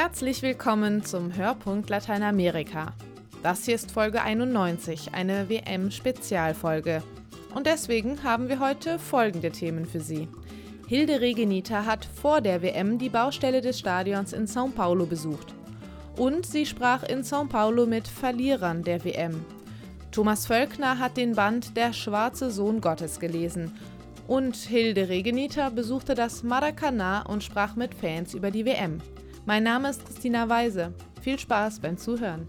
Herzlich willkommen zum Hörpunkt Lateinamerika. Das hier ist Folge 91, eine WM-Spezialfolge. Und deswegen haben wir heute folgende Themen für Sie. Hilde Regenita hat vor der WM die Baustelle des Stadions in São Paulo besucht. Und sie sprach in São Paulo mit Verlierern der WM. Thomas Völkner hat den Band Der schwarze Sohn Gottes gelesen. Und Hilde Regenita besuchte das Maracanã und sprach mit Fans über die WM. Mein Name ist Christina Weise. Viel Spaß beim Zuhören.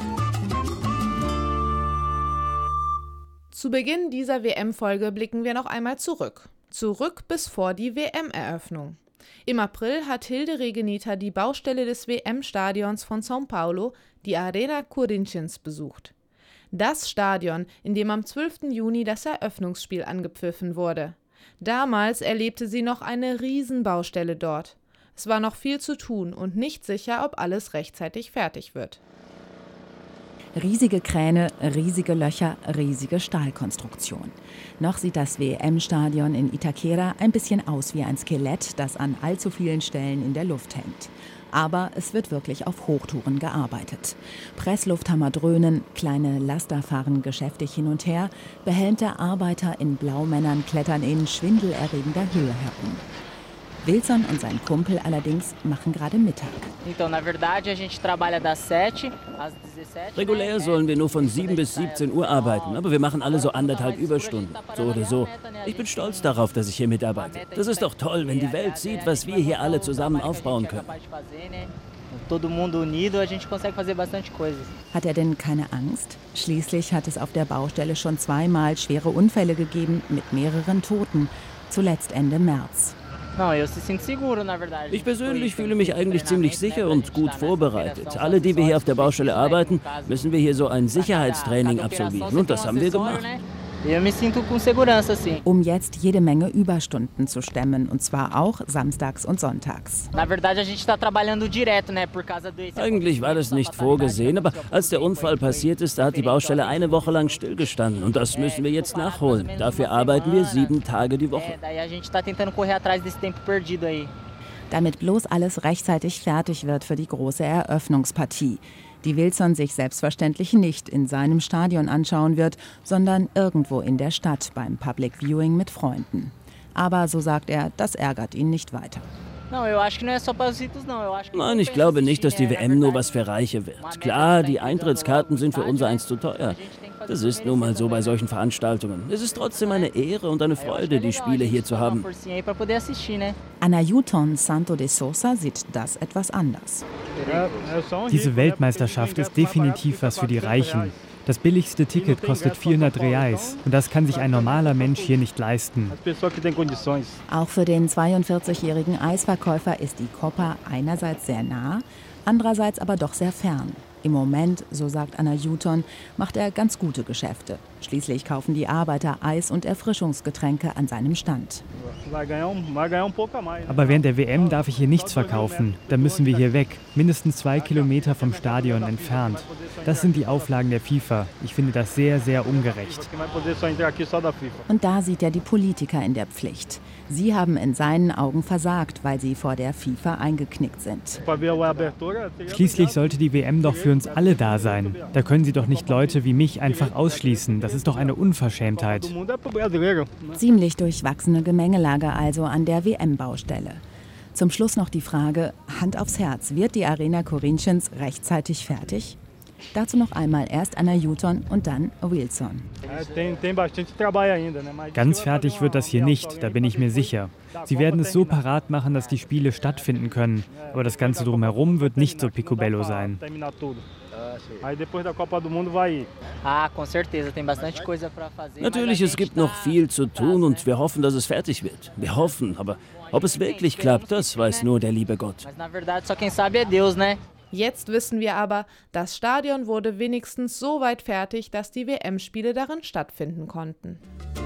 Zu Beginn dieser WM-Folge blicken wir noch einmal zurück. Zurück bis vor die WM-Eröffnung. Im April hat Hilde Regenita die Baustelle des WM-Stadions von São Paulo, die Arena Corinthians, besucht. Das Stadion, in dem am 12. Juni das Eröffnungsspiel angepfiffen wurde. Damals erlebte sie noch eine Riesenbaustelle dort. Es war noch viel zu tun und nicht sicher, ob alles rechtzeitig fertig wird. Riesige Kräne, riesige Löcher, riesige Stahlkonstruktion. Noch sieht das WM-Stadion in Itaquera ein bisschen aus wie ein Skelett, das an allzu vielen Stellen in der Luft hängt. Aber es wird wirklich auf Hochtouren gearbeitet. Presslufthammer dröhnen, kleine Laster fahren geschäftig hin und her, behelmte Arbeiter in Blaumännern klettern in schwindelerregender Höhe herum. Wilson und sein Kumpel allerdings machen gerade Mittag. Regulär sollen wir nur von 7 bis 17 Uhr arbeiten, aber wir machen alle so 1,5 Überstunden. So oder so. Ich bin stolz darauf, dass ich hier mitarbeite. Das ist doch toll, wenn die Welt sieht, was wir hier alle zusammen aufbauen können. Hat er denn keine Angst? Schließlich hat es auf der Baustelle schon 2-mal schwere Unfälle gegeben mit mehreren Toten. Zuletzt Ende März. Ich persönlich fühle mich eigentlich ziemlich sicher und gut vorbereitet. Alle, die wir hier auf der Baustelle arbeiten, müssen wir hier so ein Sicherheitstraining absolvieren. Und das haben wir gemacht. Um jetzt jede Menge Überstunden zu stemmen, und zwar auch samstags und sonntags. Eigentlich war das nicht vorgesehen, aber als der Unfall passiert ist, da hat die Baustelle eine Woche lang stillgestanden. Und das müssen wir jetzt nachholen. Dafür arbeiten wir 7 Tage die Woche. Damit bloß alles rechtzeitig fertig wird für die große Eröffnungspartie, die Wilson sich selbstverständlich nicht in seinem Stadion anschauen wird, sondern irgendwo in der Stadt beim Public Viewing mit Freunden. Aber, so sagt er, das ärgert ihn nicht weiter. Nein, ich glaube nicht, dass die WM nur was für Reiche wird. Klar, die Eintrittskarten sind für unsereins zu teuer. Das ist nun mal so bei solchen Veranstaltungen. Es ist trotzdem eine Ehre und eine Freude, die Spiele hier zu haben. Anailton Santos de Sousa sieht das etwas anders. Diese Weltmeisterschaft ist definitiv was für die Reichen. Das billigste Ticket kostet 400 Reais und das kann sich ein normaler Mensch hier nicht leisten. Auch für den 42-jährigen Eisverkäufer ist die Copa einerseits sehr nah, andererseits aber doch sehr fern. Im Moment, so sagt Anailton, macht er ganz gute Geschäfte. Schließlich kaufen die Arbeiter Eis und Erfrischungsgetränke an seinem Stand. Aber während der WM darf ich hier nichts verkaufen. Da müssen wir hier weg, mindestens 2 Kilometer vom Stadion entfernt. Das sind die Auflagen der FIFA. Ich finde das sehr, sehr ungerecht. Und da sieht er die Politiker in der Pflicht. Sie haben in seinen Augen versagt, weil sie vor der FIFA eingeknickt sind. Schließlich sollte die WM doch für uns alle da sein. Da können Sie doch nicht Leute wie mich einfach ausschließen. Das ist doch eine Unverschämtheit. Ziemlich durchwachsene Gemengelage also an der WM-Baustelle. Zum Schluss noch die Frage, Hand aufs Herz, wird die Arena Corinthians rechtzeitig fertig? Dazu noch einmal erst Anailton und dann Wilson. Ganz fertig wird das hier nicht, da bin ich mir sicher. Sie werden es so parat machen, dass die Spiele stattfinden können. Aber das Ganze drumherum wird nicht so picobello sein. Natürlich, es gibt noch viel zu tun und wir hoffen, dass es fertig wird. Wir hoffen, aber ob es wirklich klappt, das weiß nur der liebe Gott. Jetzt wissen wir aber, das Stadion wurde wenigstens so weit fertig, dass die WM-Spiele darin stattfinden konnten.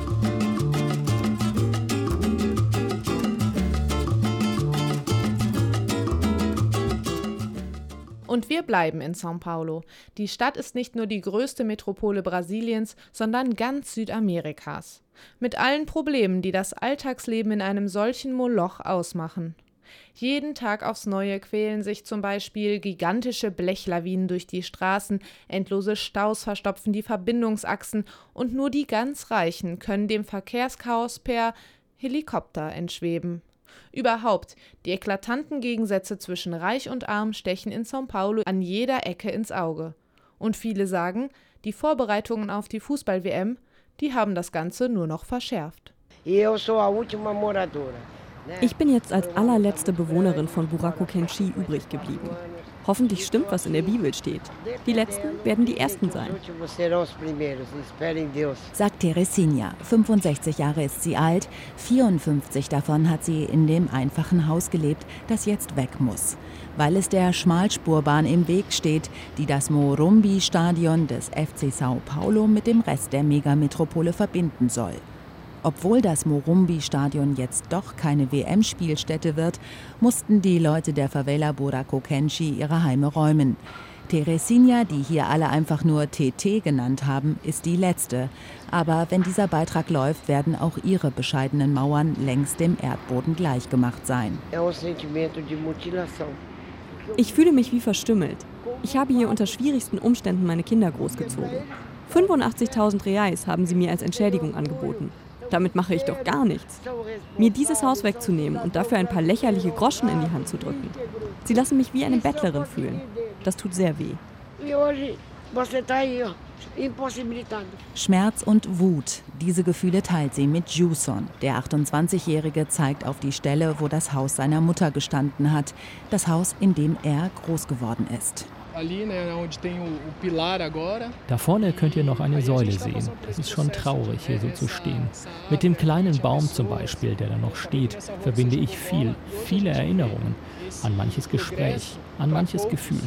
Und wir bleiben in São Paulo. Die Stadt ist nicht nur die größte Metropole Brasiliens, sondern ganz Südamerikas. Mit allen Problemen, die das Alltagsleben in einem solchen Moloch ausmachen. Jeden Tag aufs Neue quälen sich zum Beispiel gigantische Blechlawinen durch die Straßen, endlose Staus verstopfen die Verbindungsachsen und nur die ganz Reichen können dem Verkehrschaos per Helikopter entschweben. Überhaupt, die eklatanten Gegensätze zwischen Reich und Arm stechen in São Paulo an jeder Ecke ins Auge. Und viele sagen, die Vorbereitungen auf die Fußball-WM, die haben das Ganze nur noch verschärft. Ich bin jetzt als allerletzte Bewohnerin von Buraco Kenchi übrig geblieben. Hoffentlich stimmt, was in der Bibel steht. Die Letzten werden die Ersten sein. Sagt Teresinha. 65 Jahre ist sie alt, 54 davon hat sie in dem einfachen Haus gelebt, das jetzt weg muss. Weil es der Schmalspurbahn im Weg steht, die das Morumbi-Stadion des FC São Paulo mit dem Rest der Megametropole verbinden soll. Obwohl das Morumbi-Stadion jetzt doch keine WM-Spielstätte wird, mussten die Leute der Favela Buraco Kenchi ihre Heime räumen. Teresinha, die hier alle einfach nur TT genannt haben, ist die letzte. Aber wenn dieser Beitrag läuft, werden auch ihre bescheidenen Mauern längst dem Erdboden gleichgemacht sein. Ich fühle mich wie verstümmelt. Ich habe hier unter schwierigsten Umständen meine Kinder großgezogen. 85.000 Reais haben sie mir als Entschädigung angeboten. Damit mache ich doch gar nichts. Mir dieses Haus wegzunehmen und dafür ein paar lächerliche Groschen in die Hand zu drücken. Sie lassen mich wie eine Bettlerin fühlen. Das tut sehr weh. Schmerz und Wut, diese Gefühle teilt sie mit Juson. Der 28-Jährige zeigt auf die Stelle, wo das Haus seiner Mutter gestanden hat. Das Haus, in dem er groß geworden ist. Da vorne könnt ihr noch eine Säule sehen. Das ist schon traurig, hier so zu stehen. Mit dem kleinen Baum zum Beispiel, der da noch steht, verbinde ich viele Erinnerungen. An manches Gespräch, an manches Gefühl.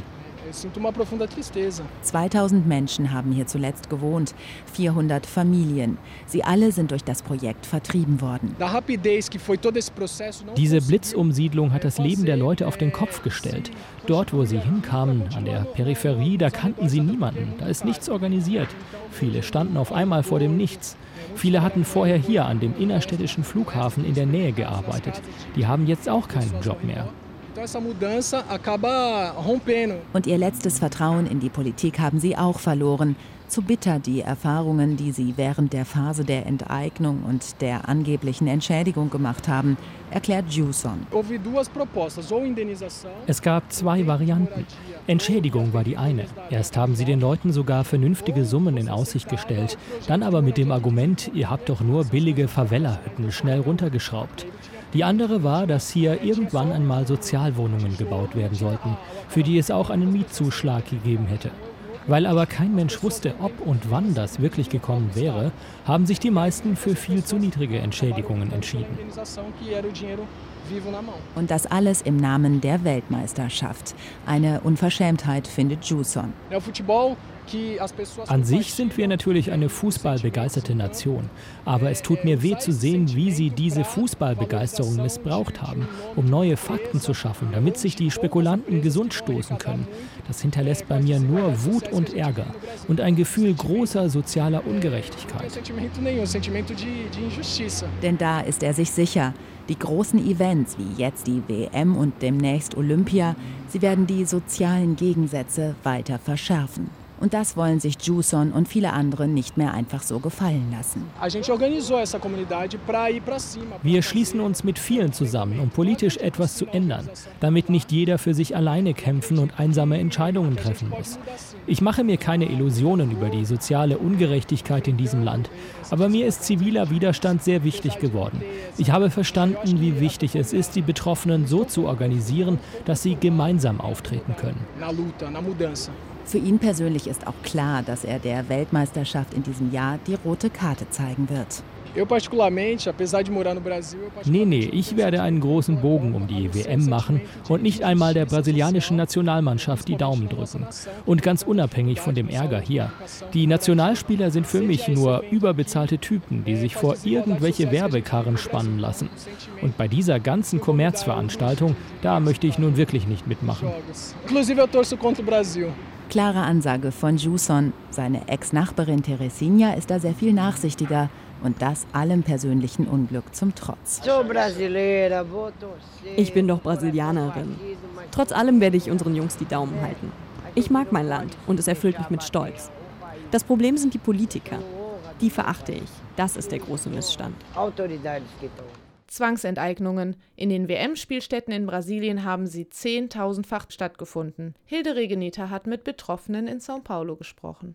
2000 Menschen haben hier zuletzt gewohnt, 400 Familien. Sie alle sind durch das Projekt vertrieben worden. Diese Blitzumsiedlung hat das Leben der Leute auf den Kopf gestellt. Dort, wo sie hinkamen, an der Peripherie, da kannten sie niemanden. Da ist nichts organisiert. Viele standen auf einmal vor dem Nichts. Viele hatten vorher hier an dem innerstädtischen Flughafen in der Nähe gearbeitet. Die haben jetzt auch keinen Job mehr. Und ihr letztes Vertrauen in die Politik haben sie auch verloren. Zu bitter die Erfahrungen, die sie während der Phase der Enteignung und der angeblichen Entschädigung gemacht haben, erklärt Juson. Es gab 2 Varianten. Entschädigung war die eine. Erst haben sie den Leuten sogar vernünftige Summen in Aussicht gestellt. Dann aber mit dem Argument, ihr habt doch nur billige Favela-Hütten schnell runtergeschraubt. Die andere war, dass hier irgendwann einmal Sozialwohnungen gebaut werden sollten, für die es auch einen Mietzuschlag gegeben hätte. Weil aber kein Mensch wusste, ob und wann das wirklich gekommen wäre, haben sich die meisten für viel zu niedrige Entschädigungen entschieden. Und das alles im Namen der Weltmeisterschaft. Eine Unverschämtheit, findet Juson. An sich sind wir natürlich eine fußballbegeisterte Nation. Aber es tut mir weh zu sehen, wie sie diese Fußballbegeisterung missbraucht haben, um neue Fakten zu schaffen, damit sich die Spekulanten gesund stoßen können. Das hinterlässt bei mir nur Wut und Ärger und ein Gefühl großer sozialer Ungerechtigkeit. Denn da ist er sich sicher. Die großen Events wie jetzt die WM und demnächst Olympia, sie werden die sozialen Gegensätze weiter verschärfen. Und das wollen sich Juson und viele andere nicht mehr einfach so gefallen lassen. Wir schließen uns mit vielen zusammen, um politisch etwas zu ändern, damit nicht jeder für sich alleine kämpfen und einsame Entscheidungen treffen muss. Ich mache mir keine Illusionen über die soziale Ungerechtigkeit in diesem Land, aber mir ist ziviler Widerstand sehr wichtig geworden. Ich habe verstanden, wie wichtig es ist, die Betroffenen so zu organisieren, dass sie gemeinsam auftreten können. Für ihn persönlich ist auch klar, dass er der Weltmeisterschaft in diesem Jahr die rote Karte zeigen wird. Nee, ich werde einen großen Bogen um die WM machen und nicht einmal der brasilianischen Nationalmannschaft die Daumen drücken. Und ganz unabhängig von dem Ärger hier. Die Nationalspieler sind für mich nur überbezahlte Typen, die sich vor irgendwelche Werbekarren spannen lassen. Und bei dieser ganzen Kommerzveranstaltung, da möchte ich nun wirklich nicht mitmachen. Klare Ansage von Juson. Seine Ex-Nachbarin Teresinha ist da sehr viel nachsichtiger. Und das allem persönlichen Unglück zum Trotz. Ich bin doch Brasilianerin. Trotz allem werde ich unseren Jungs die Daumen halten. Ich mag mein Land und es erfüllt mich mit Stolz. Das Problem sind die Politiker. Die verachte ich. Das ist der große Missstand. Zwangsenteignungen. In den WM-Spielstätten in Brasilien haben sie 10.000-fach stattgefunden. Hilde Regenita hat mit Betroffenen in São Paulo gesprochen.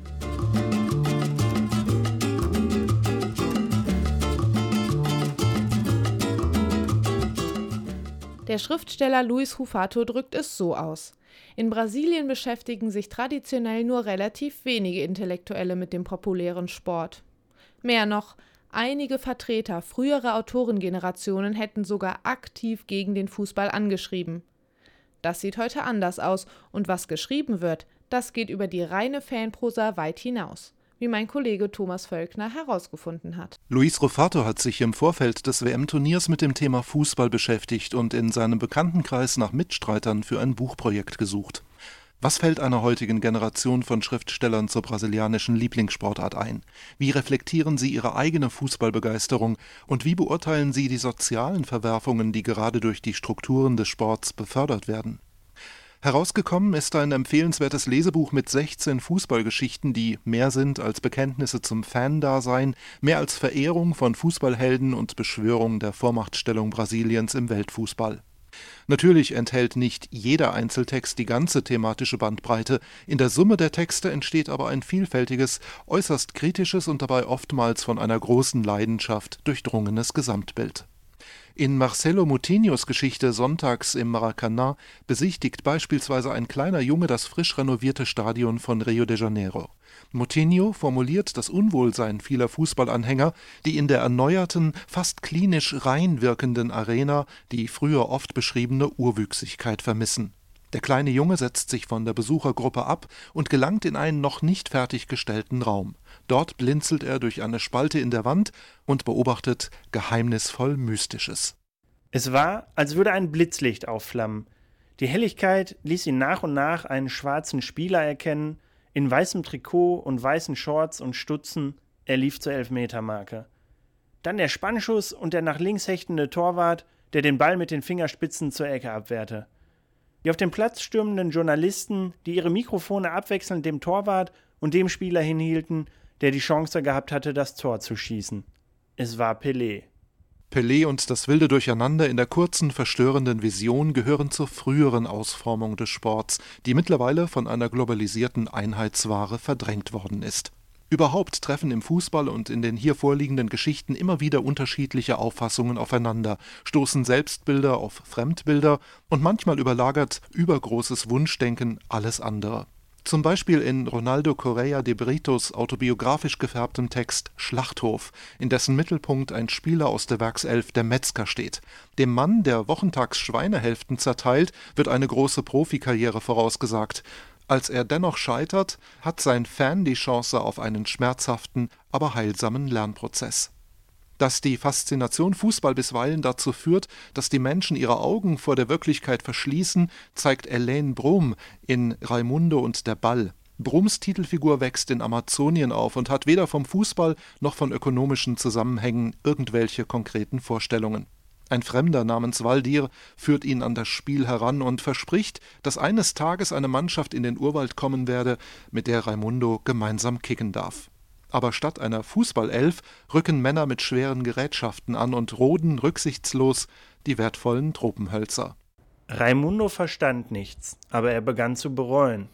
Der Schriftsteller Luis Rufato drückt es so aus: In Brasilien beschäftigen sich traditionell nur relativ wenige Intellektuelle mit dem populären Sport. Mehr noch, einige Vertreter früherer Autorengenerationen hätten sogar aktiv gegen den Fußball angeschrieben. Das sieht heute anders aus, und was geschrieben wird, das geht über die reine Fanprosa weit hinaus, wie mein Kollege Thomas Völkner herausgefunden hat. Luis Rufato hat sich im Vorfeld des WM-Turniers mit dem Thema Fußball beschäftigt und in seinem Bekanntenkreis nach Mitstreitern für ein Buchprojekt gesucht. Was fällt einer heutigen Generation von Schriftstellern zur brasilianischen Lieblingssportart ein? Wie reflektieren sie ihre eigene Fußballbegeisterung und wie beurteilen sie die sozialen Verwerfungen, die gerade durch die Strukturen des Sports befördert werden? Herausgekommen ist ein empfehlenswertes Lesebuch mit 16 Fußballgeschichten, die mehr sind als Bekenntnisse zum Fan-Dasein, mehr als Verehrung von Fußballhelden und Beschwörung der Vormachtstellung Brasiliens im Weltfußball. Natürlich enthält nicht jeder Einzeltext die ganze thematische Bandbreite, in der Summe der Texte entsteht aber ein vielfältiges, äußerst kritisches und dabei oftmals von einer großen Leidenschaft durchdrungenes Gesamtbild. In Marcelo Moutinhos Geschichte Sonntags im Maracanã besichtigt beispielsweise ein kleiner Junge das frisch renovierte Stadion von Rio de Janeiro. Moutinho formuliert das Unwohlsein vieler Fußballanhänger, die in der erneuerten, fast klinisch rein wirkenden Arena die früher oft beschriebene Urwüchsigkeit vermissen. Der kleine Junge setzt sich von der Besuchergruppe ab und gelangt in einen noch nicht fertiggestellten Raum. Dort blinzelt er durch eine Spalte in der Wand und beobachtet geheimnisvoll Mystisches. Es war, als würde ein Blitzlicht aufflammen. Die Helligkeit ließ ihn nach und nach einen schwarzen Spieler erkennen, in weißem Trikot und weißen Shorts und Stutzen. Er lief zur Elfmetermarke. Dann der Spannschuss und der nach links hechtende Torwart, der den Ball mit den Fingerspitzen zur Ecke abwehrte. Die auf den Platz stürmenden Journalisten, die ihre Mikrofone abwechselnd dem Torwart und dem Spieler hinhielten, der die Chance gehabt hatte, das Tor zu schießen. Es war Pelé. Pelé und das wilde Durcheinander in der kurzen, verstörenden Vision gehören zur früheren Ausformung des Sports, die mittlerweile von einer globalisierten Einheitsware verdrängt worden ist. Überhaupt treffen im Fußball und in den hier vorliegenden Geschichten immer wieder unterschiedliche Auffassungen aufeinander, stoßen Selbstbilder auf Fremdbilder und manchmal überlagert übergroßes Wunschdenken alles andere. Zum Beispiel in Ronaldo Correia de Britos autobiografisch gefärbtem Text »Schlachthof«, in dessen Mittelpunkt ein Spieler aus der Werkself der Metzger steht. Dem Mann, der wochentags Schweinehälften zerteilt, wird eine große Profikarriere vorausgesagt. Als er dennoch scheitert, hat sein Fan die Chance auf einen schmerzhaften, aber heilsamen Lernprozess. Dass die Faszination Fußball bisweilen dazu führt, dass die Menschen ihre Augen vor der Wirklichkeit verschließen, zeigt Elaine Brum in Raimundo und der Ball. Brums Titelfigur wächst in Amazonien auf und hat weder vom Fußball noch von ökonomischen Zusammenhängen irgendwelche konkreten Vorstellungen. Ein Fremder namens Valdir führt ihn an das Spiel heran und verspricht, dass eines Tages eine Mannschaft in den Urwald kommen werde, mit der Raimundo gemeinsam kicken darf. Aber statt einer Fußballelf rücken Männer mit schweren Gerätschaften an und roden rücksichtslos die wertvollen Tropenhölzer. Raimundo verstand nichts, aber er begann zu bereuen.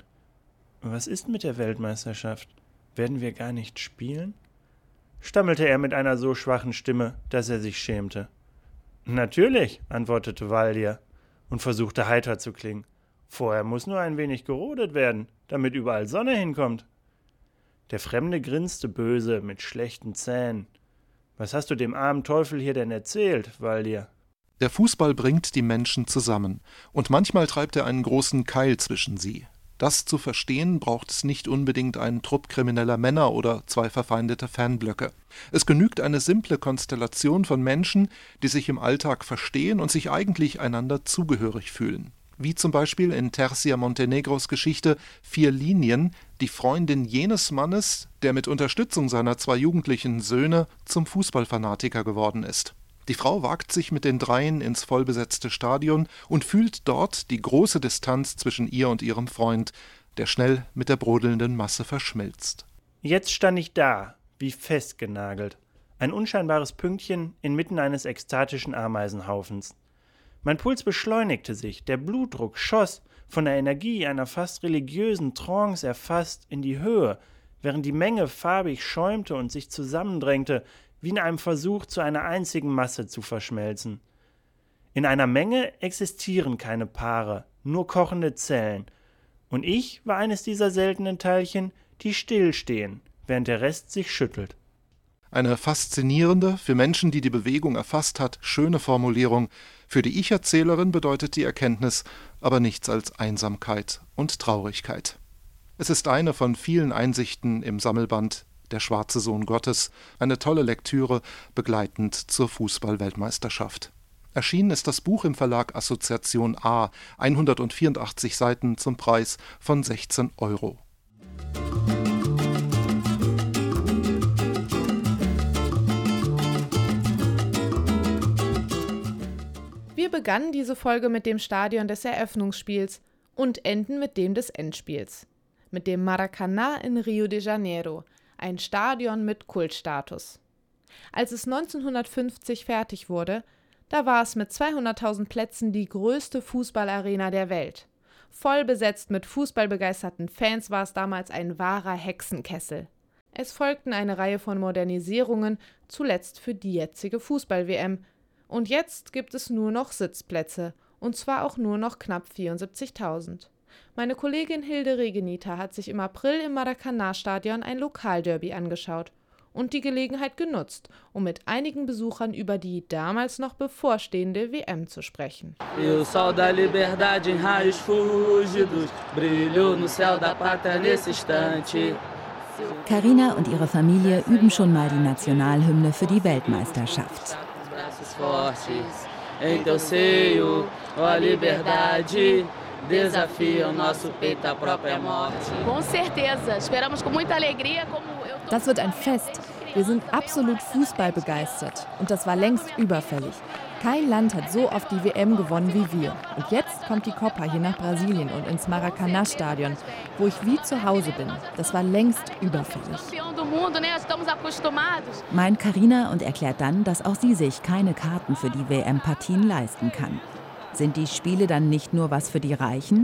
Was ist mit der Weltmeisterschaft? Werden wir gar nicht spielen? Stammelte er mit einer so schwachen Stimme, dass er sich schämte. Natürlich, antwortete Valdir und versuchte heiter zu klingen. Vorher muss nur ein wenig gerodet werden, damit überall Sonne hinkommt. Der Fremde grinste böse mit schlechten Zähnen. Was hast du dem armen Teufel hier denn erzählt, Valdir? Der Fußball bringt die Menschen zusammen und manchmal treibt er einen großen Keil zwischen sie. Das zu verstehen, braucht es nicht unbedingt einen Trupp krimineller Männer oder zwei verfeindete Fanblöcke. Es genügt eine simple Konstellation von Menschen, die sich im Alltag verstehen und sich eigentlich einander zugehörig fühlen. wie zum Beispiel in Tercia Montenegros Geschichte 4 Linien, die Freundin jenes Mannes, der mit Unterstützung seiner 2 jugendlichen Söhne zum Fußballfanatiker geworden ist. Die Frau wagt sich mit den Dreien ins vollbesetzte Stadion und fühlt dort die große Distanz zwischen ihr und ihrem Freund, der schnell mit der brodelnden Masse verschmilzt. Jetzt stand ich da, wie festgenagelt. Ein unscheinbares Pünktchen inmitten eines ekstatischen Ameisenhaufens. Mein Puls beschleunigte sich, der Blutdruck schoss, von der Energie einer fast religiösen Trance erfasst, in die Höhe, während die Menge farbig schäumte und sich zusammendrängte, wie in einem Versuch, zu einer einzigen Masse zu verschmelzen. In einer Menge existieren keine Paare, nur kochende Zellen. Und ich war eines dieser seltenen Teilchen, die stillstehen, während der Rest sich schüttelt. Eine faszinierende, für Menschen, die die Bewegung erfasst hat, schöne Formulierung. Für die Ich-Erzählerin bedeutet die Erkenntnis aber nichts als Einsamkeit und Traurigkeit. Es ist eine von vielen Einsichten im Sammelband Der schwarze Sohn Gottes, eine tolle Lektüre begleitend zur Fußball-Weltmeisterschaft. Erschienen ist das Buch im Verlag Assoziation A, 184 Seiten zum Preis von 16 €. Wir begannen diese Folge mit dem Stadion des Eröffnungsspiels und enden mit dem des Endspiels. Mit dem Maracanã in Rio de Janeiro, ein Stadion mit Kultstatus. Als es 1950 fertig wurde, da war es mit 200.000 Plätzen die größte Fußballarena der Welt. Voll besetzt mit fußballbegeisterten Fans war es damals ein wahrer Hexenkessel. Es folgten eine Reihe von Modernisierungen, zuletzt für die jetzige Fußball-WM. Und jetzt gibt es nur noch Sitzplätze, und zwar auch nur noch knapp 74.000. Meine Kollegin Hilde Regenita hat sich im April im Maracanã-Stadion ein Lokalderby angeschaut und die Gelegenheit genutzt, um mit einigen Besuchern über die damals noch bevorstehende WM zu sprechen. Carina und ihre Familie üben schon mal die Nationalhymne für die Weltmeisterschaft. Das wird ein Fest. Wir sind absolut fußballbegeistert. Und das war längst überfällig. Kein Land hat so oft die WM gewonnen wie wir. Und jetzt kommt die Copa hier nach Brasilien und ins Maracanã-Stadion, wo ich wie zu Hause bin. Das war längst überfällig. Meint Carina und erklärt dann, dass auch sie sich keine Karten für die WM-Partien leisten kann. Sind die Spiele dann nicht nur was für die Reichen?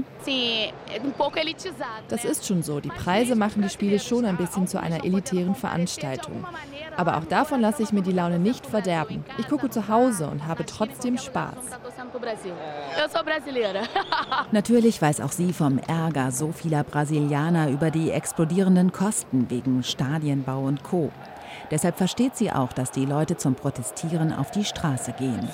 Das ist schon so. Die Preise machen die Spiele schon ein bisschen zu einer elitären Veranstaltung. Aber auch davon lasse ich mir die Laune nicht verderben. Ich gucke zu Hause und habe trotzdem Spaß. Natürlich weiß auch sie vom Ärger so vieler Brasilianer über die explodierenden Kosten wegen Stadienbau und Co. Deshalb versteht sie auch, dass die Leute zum Protestieren auf die Straße gehen.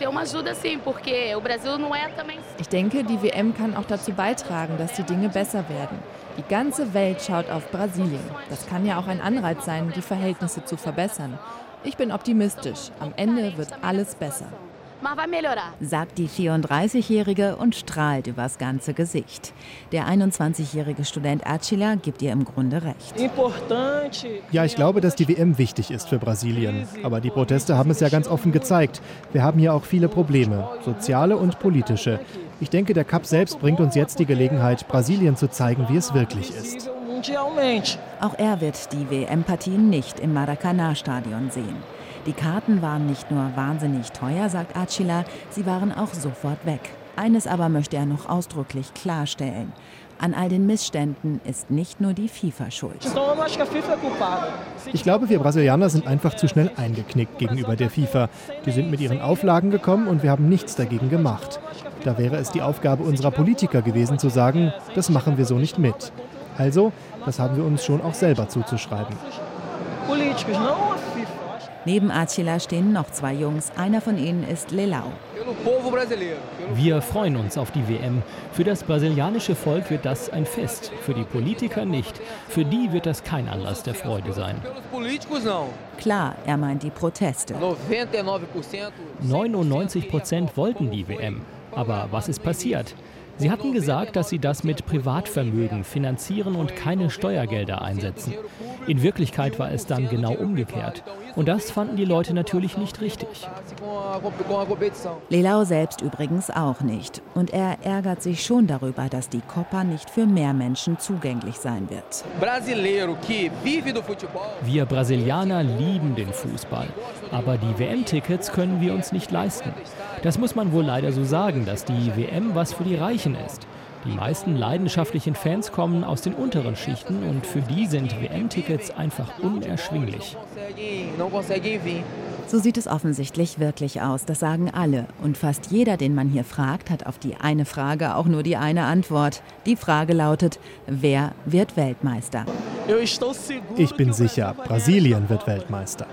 Ich denke, die WM kann auch dazu beitragen, dass die Dinge besser werden. Die ganze Welt schaut auf Brasilien. Das kann ja auch ein Anreiz sein, die Verhältnisse zu verbessern. Ich bin optimistisch. Am Ende wird alles besser. Sagt die 34-Jährige und strahlt übers ganze Gesicht. Der 21-jährige Student Attila gibt ihr im Grunde recht. Ja, ich glaube, dass die WM wichtig ist für Brasilien. Aber die Proteste haben es ja ganz offen gezeigt. Wir haben hier auch viele Probleme, soziale und politische. Ich denke, der Cup selbst bringt uns jetzt die Gelegenheit, Brasilien zu zeigen, wie es wirklich ist. Auch er wird die WM-Partien nicht im Maracanã-Stadion sehen. Die Karten waren nicht nur wahnsinnig teuer, sagt Attila, sie waren auch sofort weg. Eines aber möchte er noch ausdrücklich klarstellen. An all den Missständen ist nicht nur die FIFA schuld. Ich glaube, wir Brasilianer sind einfach zu schnell eingeknickt gegenüber der FIFA. Die sind mit ihren Auflagen gekommen und wir haben nichts dagegen gemacht. Da wäre es die Aufgabe unserer Politiker gewesen zu sagen, das machen wir so nicht mit. Also, das haben wir uns schon auch selber zuzuschreiben. Neben Attila stehen noch 2 Jungs, einer von ihnen ist Lelau. Wir freuen uns auf die WM. Für das brasilianische Volk wird das ein Fest, für die Politiker nicht. Für die wird das kein Anlass der Freude sein. Klar, er meint die Proteste. 99% wollten die WM. Aber was ist passiert? Sie hatten gesagt, dass sie das mit Privatvermögen finanzieren und keine Steuergelder einsetzen. In Wirklichkeit war es dann genau umgekehrt. Und das fanden die Leute natürlich nicht richtig. Lelau selbst übrigens auch nicht. Und er ärgert sich schon darüber, dass die Copa nicht für mehr Menschen zugänglich sein wird. Wir Brasilianer lieben den Fußball. Aber die WM-Tickets können wir uns nicht leisten. Das muss man wohl leider so sagen, dass die WM was für die Reichen ist. Die meisten leidenschaftlichen Fans kommen aus den unteren Schichten und für die sind WM-Tickets einfach unerschwinglich. So sieht es offensichtlich wirklich aus, das sagen alle. Und fast jeder, den man hier fragt, hat auf die eine Frage auch nur die eine Antwort. Die Frage lautet, wer wird Weltmeister? Ich bin sicher, Brasilien wird Weltmeister.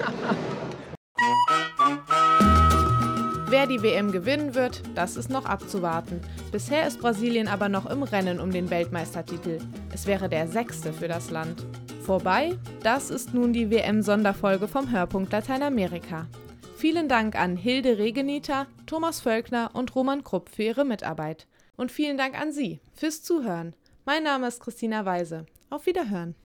Wer die WM gewinnen wird, das ist noch abzuwarten. Bisher ist Brasilien aber noch im Rennen um den Weltmeistertitel. Es wäre der 6. für das Land. Vorbei, das ist nun die WM-Sonderfolge vom Hörpunkt Lateinamerika. Vielen Dank an Hilde Regeniter, Thomas Völkner und Roman Krupp für ihre Mitarbeit. Und vielen Dank an Sie fürs Zuhören. Mein Name ist Christina Weise. Auf Wiederhören.